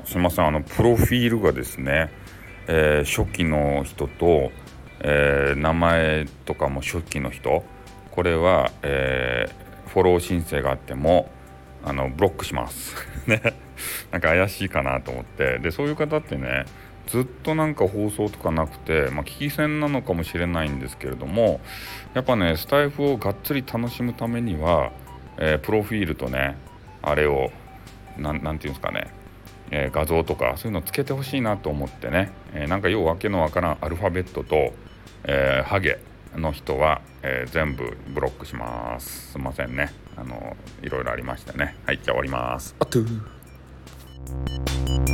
すいません、プロフィールがですね、初期の人と、名前とかも初期の人、これは、フォロー申請があってもブロックしますね。なんか怪しいかなと思って、でそういう方ってね、ずっとなんか放送とかなくて、聞き戦なのかもしれないんですけれども、やっぱねスタイフをがっつり楽しむためには、プロフィールとね、あれをなんていうんですかね、画像とかそういうのつけてほしいなと思ってね、なんかようわけのわからんアルファベットと、ハゲの人は、全部ブロックします。すいませんね、いろいろありましたね。はい、じゃあ終わります。あと